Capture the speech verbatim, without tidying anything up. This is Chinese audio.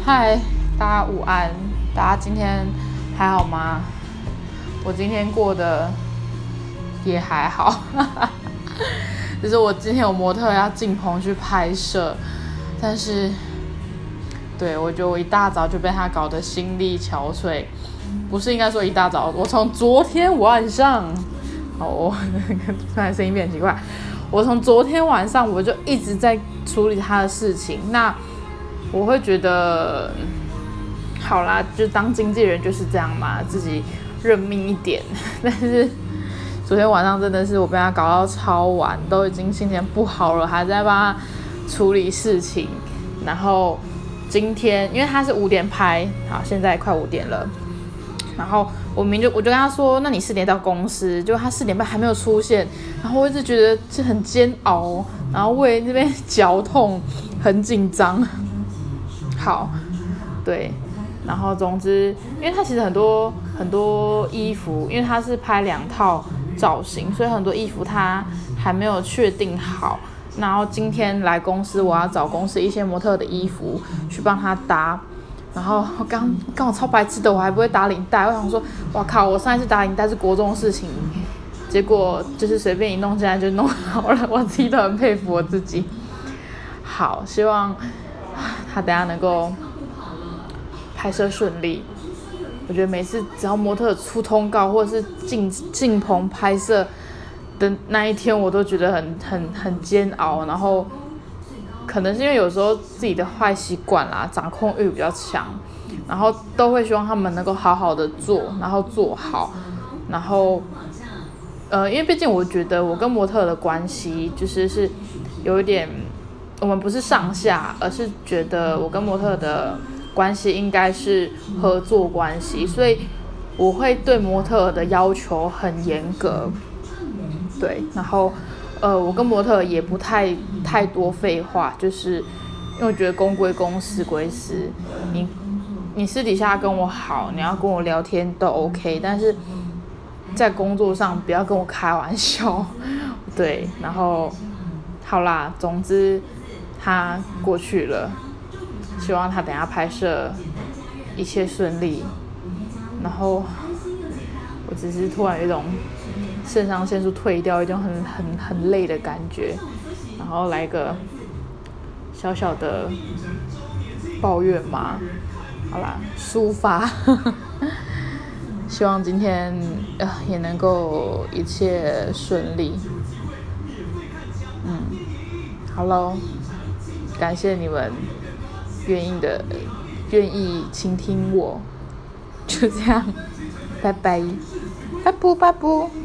嗨，大家午安，大家今天还好吗？我今天过得也还好，就是我今天有模特要进棚去拍摄，但是对我觉得我一大早就被他搞得心力憔悴，不是应该说一大早，我从昨天晚上，好，我突然声音变很奇怪，我从昨天晚上我就一直在处理他的事情，那我会觉得，好啦，就当经纪人就是这样嘛，自己认命一点。但是昨天晚上真的是我被他搞到超晚，都已经心情不好了，还在帮他处理事情。然后今天因为他是五点拍，好，现在快五点了。然后我明就我就跟他说，那你四点到公司，结果他四点半还没有出现，然后我一直觉得这很煎熬，然后胃这边绞痛，很紧张。好，对，然后总之，因为他其实很多很多衣服，因为他是拍两套造型，所以很多衣服他还没有确定好。然后今天来公司，我要找公司一些模特的衣服去帮他搭。然后我刚刚我超白痴的，我还不会打领带，我想说，哇靠，我上一次打领带是国中的事情，结果就是随便一弄，现在就弄好了，我自己都很佩服我自己。好，希望他等一下能够拍摄顺利。我觉得每次只要模特出通告或者是进进棚拍摄的那一天，我都觉得很很很煎熬。然后可能是因为有时候自己的坏习惯啦，掌控欲比较强，然后都会希望他们能够好好的做，然后做好。然后呃，因为毕竟我觉得我跟模特的关系就是是有一点。我们不是上下，而是觉得我跟模特的关系应该是合作关系，所以我会对模特的要求很严格，对，然后呃，我跟模特也不太太多废话，就是因为我觉得公归公，私归私，你你私底下跟我好，你要跟我聊天都 OK， 但是在工作上不要跟我开玩笑，对，然后好啦，总之。他过去了，希望他等一下拍摄一切顺利。然后我只是突然有一种肾上腺素退掉，一种很很很累的感觉，然后来个小小的抱怨嘛，好啦，抒发。希望今天呃也能够一切顺利。嗯，好咯。感谢你们愿意的愿意倾听我，就这样，拜拜，拜拜拜拜。